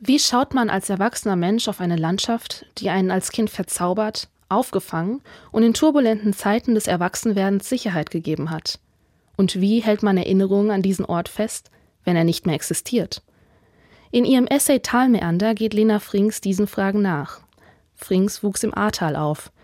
Wie schaut man als erwachsener Mensch auf eine Landschaft, die einen als Kind verzaubert, aufgefangen und in turbulenten Zeiten des Erwachsenwerdens Sicherheit gegeben hat? Und wie hält man Erinnerungen an diesen Ort fest, wenn er nicht mehr existiert? In ihrem Essay Talmeander geht Lena Frings diesen Fragen nach. Frings wuchs im Ahrtal auf.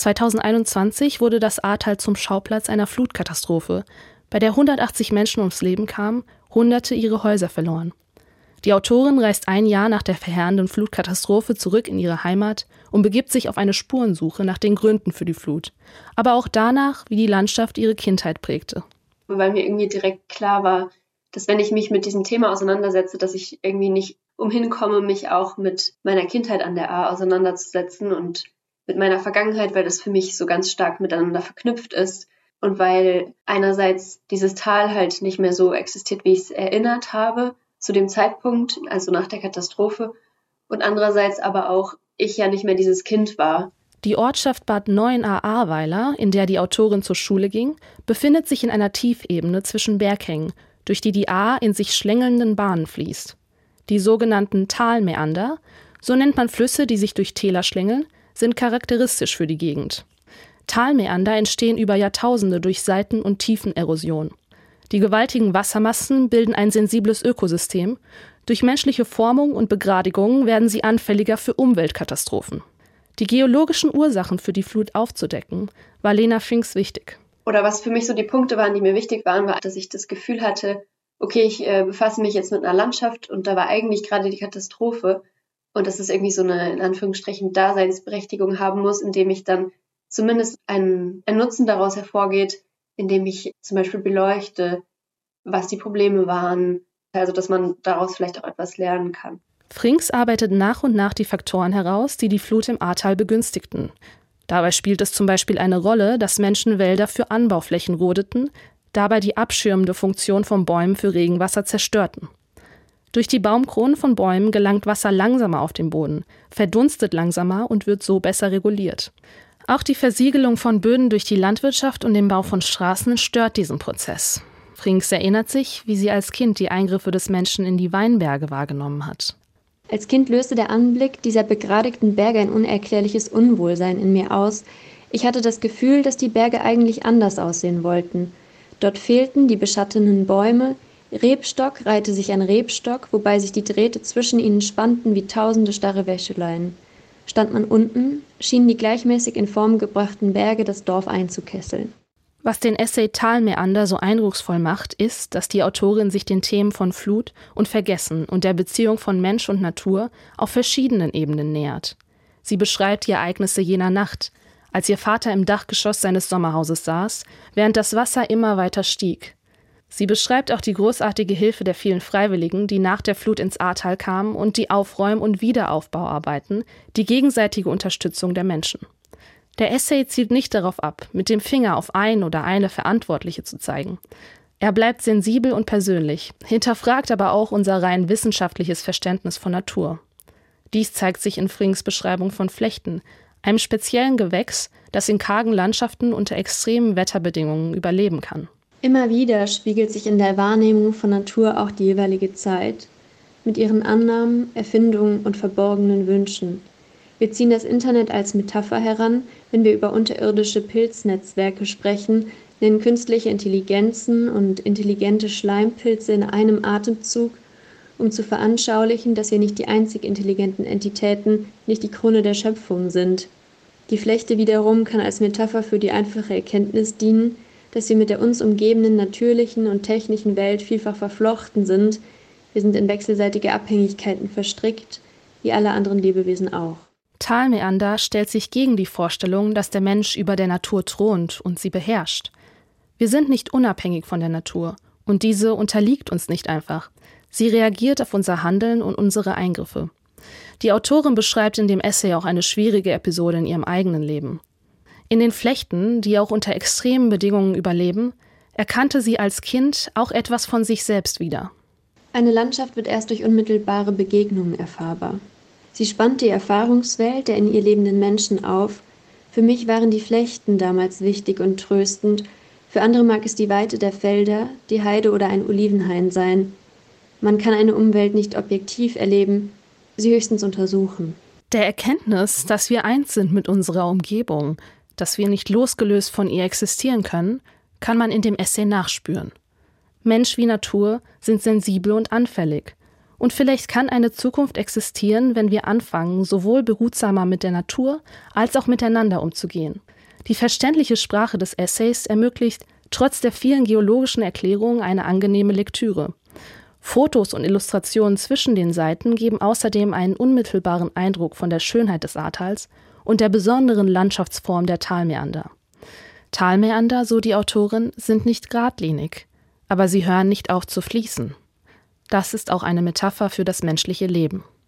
2021 wurde das Ahrtal zum Schauplatz einer Flutkatastrophe, bei der 180 Menschen ums Leben kamen, Hunderte ihre Häuser verloren. Die Autorin reist ein Jahr nach der verheerenden Flutkatastrophe zurück in ihre Heimat und begibt sich auf eine Spurensuche nach den Gründen für die Flut, aber auch danach, wie die Landschaft ihre Kindheit prägte. Weil mir irgendwie direkt klar war, dass wenn ich mich mit diesem Thema auseinandersetze, dass ich irgendwie nicht umhin komme, mich auch mit meiner Kindheit an der Ahr auseinanderzusetzen und mit meiner Vergangenheit, weil das für mich so ganz stark miteinander verknüpft ist und weil einerseits dieses Tal halt nicht mehr so existiert, wie ich es erinnert habe zu dem Zeitpunkt, also nach der Katastrophe, und andererseits aber auch ich ja nicht mehr dieses Kind war. Die Ortschaft Bad Neuenahr-Ahrweiler, in der die Autorin zur Schule ging, befindet sich in einer Tiefebene zwischen Berghängen, durch die die Ahr in sich schlängelnden Bahnen fließt. Die sogenannten Talmeander, so nennt man Flüsse, die sich durch Täler schlängeln, sind charakteristisch für die Gegend. Talmeander entstehen über Jahrtausende durch Seiten- und Tiefenerosion. Die gewaltigen Wassermassen bilden ein sensibles Ökosystem. Durch menschliche Formung und Begradigung werden sie anfälliger für Umweltkatastrophen. Die geologischen Ursachen für die Flut aufzudecken, war Lena Frings wichtig. Oder was für mich so die Punkte waren, die mir wichtig waren, war, dass ich das Gefühl hatte, okay, ich befasse mich jetzt mit einer Landschaft und da war eigentlich gerade die Katastrophe und dass es irgendwie so eine, in Anführungsstrichen, Daseinsberechtigung haben muss, indem ich dann zumindest ein Nutzen daraus hervorgeht, indem ich zum Beispiel beleuchte, was die Probleme waren, also dass man daraus vielleicht auch etwas lernen kann. Frings arbeitet nach und nach die Faktoren heraus, die die Flut im Ahrtal begünstigten. Dabei spielt es zum Beispiel eine Rolle, dass Menschen Wälder für Anbauflächen rodeten, dabei die abschirmende Funktion von Bäumen für Regenwasser zerstörten. Durch die Baumkronen von Bäumen gelangt Wasser langsamer auf den Boden, verdunstet langsamer und wird so besser reguliert. Auch die Versiegelung von Böden durch die Landwirtschaft und den Bau von Straßen stört diesen Prozess. Frings erinnert sich, wie sie als Kind die Eingriffe des Menschen in die Weinberge wahrgenommen hat. Als Kind löste der Anblick dieser begradigten Berge ein unerklärliches Unwohlsein in mir aus. Ich hatte das Gefühl, dass die Berge eigentlich anders aussehen wollten. Dort fehlten die beschattenden Bäume, Rebstock reihte sich an Rebstock, wobei sich die Drähte zwischen ihnen spannten wie tausende starre Wäscheleien. Stand man unten, schienen die gleichmäßig in Form gebrachten Berge das Dorf einzukesseln. Was den Essay Talmeander so eindrucksvoll macht, ist, dass die Autorin sich den Themen von Flut und Vergessen und der Beziehung von Mensch und Natur auf verschiedenen Ebenen nähert. Sie beschreibt die Ereignisse jener Nacht, als ihr Vater im Dachgeschoss seines Sommerhauses saß, während das Wasser immer weiter stieg. Sie beschreibt auch die großartige Hilfe der vielen Freiwilligen, die nach der Flut ins Ahrtal kamen und die Aufräum- und Wiederaufbauarbeiten, die gegenseitige Unterstützung der Menschen. Der Essay zielt nicht darauf ab, mit dem Finger auf ein oder eine Verantwortliche zu zeigen. Er bleibt sensibel und persönlich, hinterfragt aber auch unser rein wissenschaftliches Verständnis von Natur. Dies zeigt sich in Frings Beschreibung von Flechten, einem speziellen Gewächs, das in kargen Landschaften unter extremen Wetterbedingungen überleben kann. Immer wieder spiegelt sich in der Wahrnehmung von Natur auch die jeweilige Zeit, mit ihren Annahmen, Erfindungen und verborgenen Wünschen. Wir ziehen das Internet als Metapher heran, wenn wir über unterirdische Pilznetzwerke sprechen, nennen künstliche Intelligenzen und intelligente Schleimpilze in einem Atemzug, um zu veranschaulichen, dass wir nicht die einzig intelligenten Entitäten, nicht die Krone der Schöpfung sind. Die Flechte wiederum kann als Metapher für die einfache Erkenntnis dienen, dass wir mit der uns umgebenden natürlichen und technischen Welt vielfach verflochten sind. Wir sind in wechselseitige Abhängigkeiten verstrickt, wie alle anderen Lebewesen auch. Talmeander stellt sich gegen die Vorstellung, dass der Mensch über der Natur thront und sie beherrscht. Wir sind nicht unabhängig von der Natur und diese unterliegt uns nicht einfach. Sie reagiert auf unser Handeln und unsere Eingriffe. Die Autorin beschreibt in dem Essay auch eine schwierige Episode in ihrem eigenen Leben. In den Flechten, die auch unter extremen Bedingungen überleben, erkannte sie als Kind auch etwas von sich selbst wieder. Eine Landschaft wird erst durch unmittelbare Begegnungen erfahrbar. Sie spannt die Erfahrungswelt der in ihr lebenden Menschen auf. Für mich waren die Flechten damals wichtig und tröstend. Für andere mag es die Weite der Felder, die Heide oder ein Olivenhain sein. Man kann eine Umwelt nicht objektiv erleben. sie höchstens untersuchen. Der Erkenntnis, dass wir eins sind mit unserer Umgebung, dass wir nicht losgelöst von ihr existieren können, kann man in dem Essay nachspüren. Mensch wie Natur sind sensibel und anfällig. Und vielleicht kann eine Zukunft existieren, wenn wir anfangen, sowohl behutsamer mit der Natur als auch miteinander umzugehen. Die verständliche Sprache des Essays ermöglicht trotz der vielen geologischen Erklärungen eine angenehme Lektüre. Fotos und Illustrationen zwischen den Seiten geben außerdem einen unmittelbaren Eindruck von der Schönheit des Ahrtals und der besonderen Landschaftsform der Talmeander. Talmeander, so die Autorin, sind nicht geradlinig, aber sie hören nicht auf zu fließen. Das ist auch eine Metapher für das menschliche Leben.